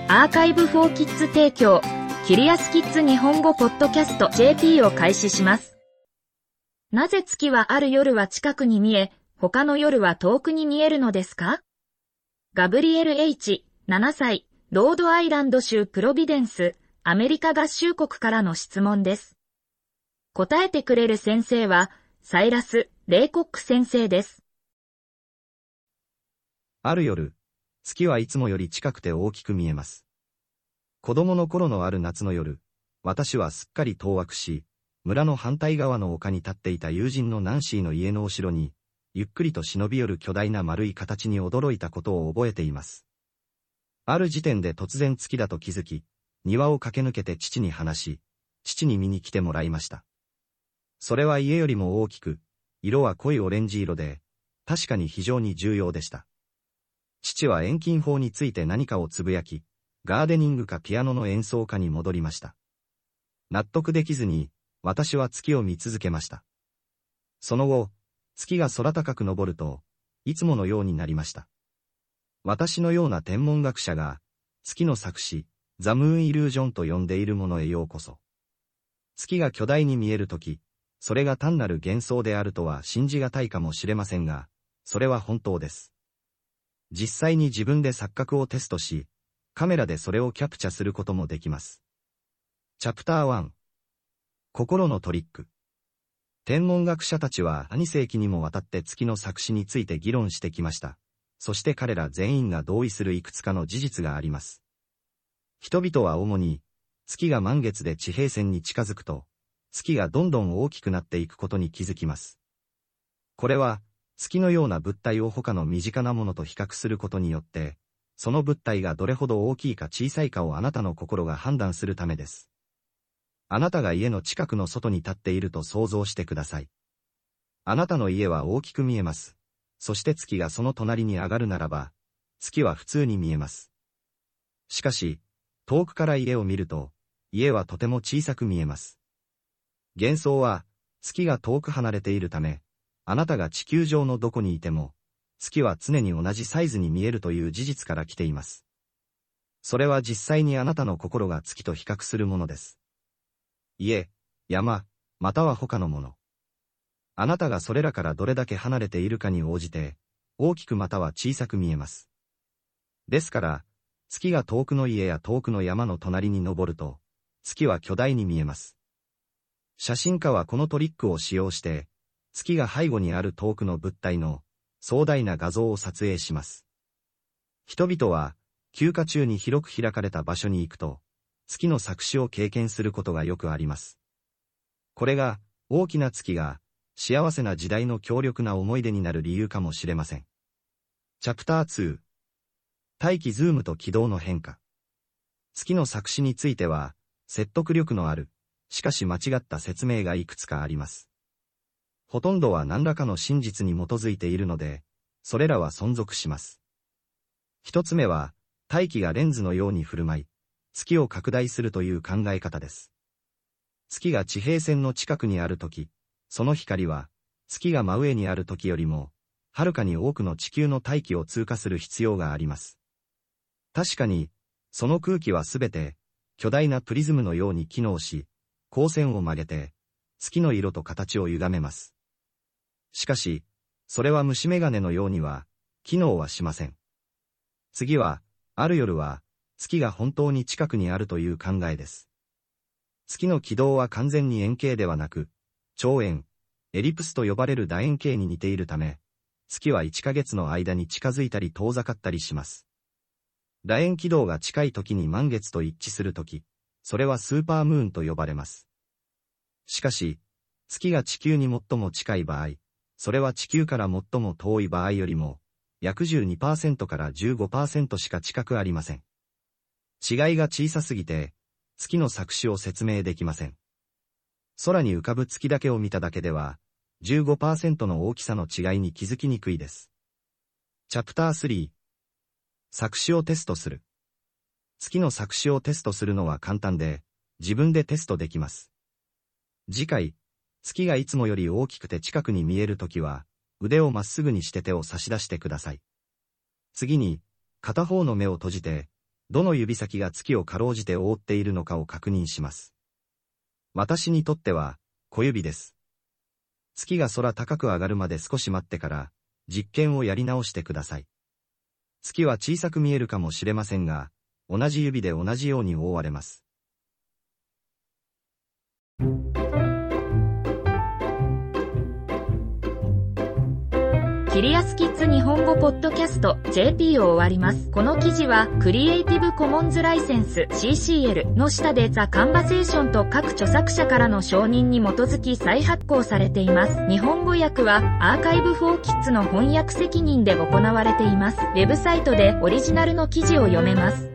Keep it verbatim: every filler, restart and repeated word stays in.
アーカイブフォーキッズ提供、キリアスキッズ日本語ポッドキャスト ジェーピー を開始します。なぜ月はある夜は近くに見え、他の夜は遠くに見えるのですか？ガブリエル H、ななさい、ロードアイランド州プロビデンス、アメリカ合衆国からの質問です。答えてくれる先生は、サイラス・レイコック先生です。 ある夜、月はいつもより近くて大きく見えます。子供の頃のある夏の夜、私はすっかり当惑し、村の反対側の丘に立っていた友人のナンシーの家の後ろに、ゆっくりと忍び寄る巨大な丸い形に驚いたことを覚えています。ある時点で突然月だと気づき、庭を駆け抜けて父に話し、父に見に来てもらいました。それは家よりも大きく、色は濃いオレンジ色で、確かに非常に重要でした。父は遠近法について何かをつぶやき、ガーデニングかピアノの演奏家に戻りました。納得できずに、私は月を見続けました。その後、月が空高く昇ると、いつものようになりました。私のような天文学者が、月の作詞、ザ・ムーン・イリュージョンと呼んでいるものへようこそ。月が巨大に見えるとき、それが単なる幻想であるとは信じがたいかもしれませんが、それは本当です。実際に自分で錯覚をテストし、カメラでそれをキャプチャすることもできます。チャプターワン。心のトリック。天文学者たちはに世紀にもわたって月の作詞について議論してきました。そして彼ら全員が同意するいくつかの事実があります。人々は主に、月が満月で地平線に近づくと、月がどんどん大きくなっていくことに気づきます。これは、月のような物体を他の身近なものと比較することによって、その物体がどれほど大きいか小さいかをあなたの心が判断するためです。あなたが家の近くの外に立っていると想像してください。あなたの家は大きく見えます。そして月がその隣に上がるならば、月は普通に見えます。しかし、遠くから家を見ると、家はとても小さく見えます。幻想は、月が遠く離れているため、あなたが地球上のどこにいても、月は常に同じサイズに見えるという事実から来ています。それは実際にあなたの心が月と比較するものです。家、山、または他のもの。あなたがそれらからどれだけ離れているかに応じて、大きくまたは小さく見えます。ですから、月が遠くの家や遠くの山の隣に昇ると、月は巨大に見えます。写真家はこのトリックを使用して、月が背後にある遠くの物体の壮大な画像を撮影します。人々は、休暇中に広く開かれた場所に行くと、月の作詞を経験することがよくあります。これが、大きな月が、幸せな時代の強力な思い出になる理由かもしれません。チャプターツー。大気ズームと軌道の変化。月の作詞については、説得力のある、しかし間違った説明がいくつかあります。ほとんどは何らかの真実に基づいているので、それらは存続します。一つ目は、大気がレンズのように振る舞い、月を拡大するという考え方です。月が地平線の近くにあるとき、その光は、月が真上にあるときよりも、はるかに多くの地球の大気を通過する必要があります。確かに、その空気はすべて、巨大なプリズムのように機能し、光線を曲げて、月の色と形を歪めます。しかし、それは虫眼鏡のようには、機能はしません。次は、ある夜は、月が本当に近くにあるという考えです。月の軌道は完全に円形ではなく、長円、エリプスと呼ばれる楕円形に似ているため、月はいっかげつの間に近づいたり遠ざかったりします。楕円軌道が近い時に満月と一致するとき、それはスーパームーンと呼ばれます。しかし、月が地球に最も近い場合、それは地球から最も遠い場合よりも、約 じゅうにパーセント から じゅうごパーセント しか近くありません。違いが小さすぎて、月の作詞を説明できません。空に浮かぶ月だけを見ただけでは、じゅうごパーセント の大きさの違いに気づきにくいです。チャプタースリー。作詞をテストする。月の作詞をテストするのは簡単で、自分でテストできます。次回、月がいつもより大きくて近くに見えるときは、腕をまっすぐにして手を差し出してください。次に、片方の目を閉じて、 どの指先が月をかろうじて覆っているのかを確認します。私にとっては、小指です。月が空高く上がるまで少し待ってから、実験をやり直してください。月は小さく見えるかもしれませんが、同じ指で同じように覆われます。 キリアスキッズ日本語ポッドキャスト ジェーピー を終わります。この記事はクリエイティブコモンズライセンス シーシーエル の下でザ・カンバセーションと各著作者からの承認に基づき再発行されています。日本語訳はアーカイブフォーキッズの翻訳責任で行われています。ウェブサイトでオリジナルの記事を読めます。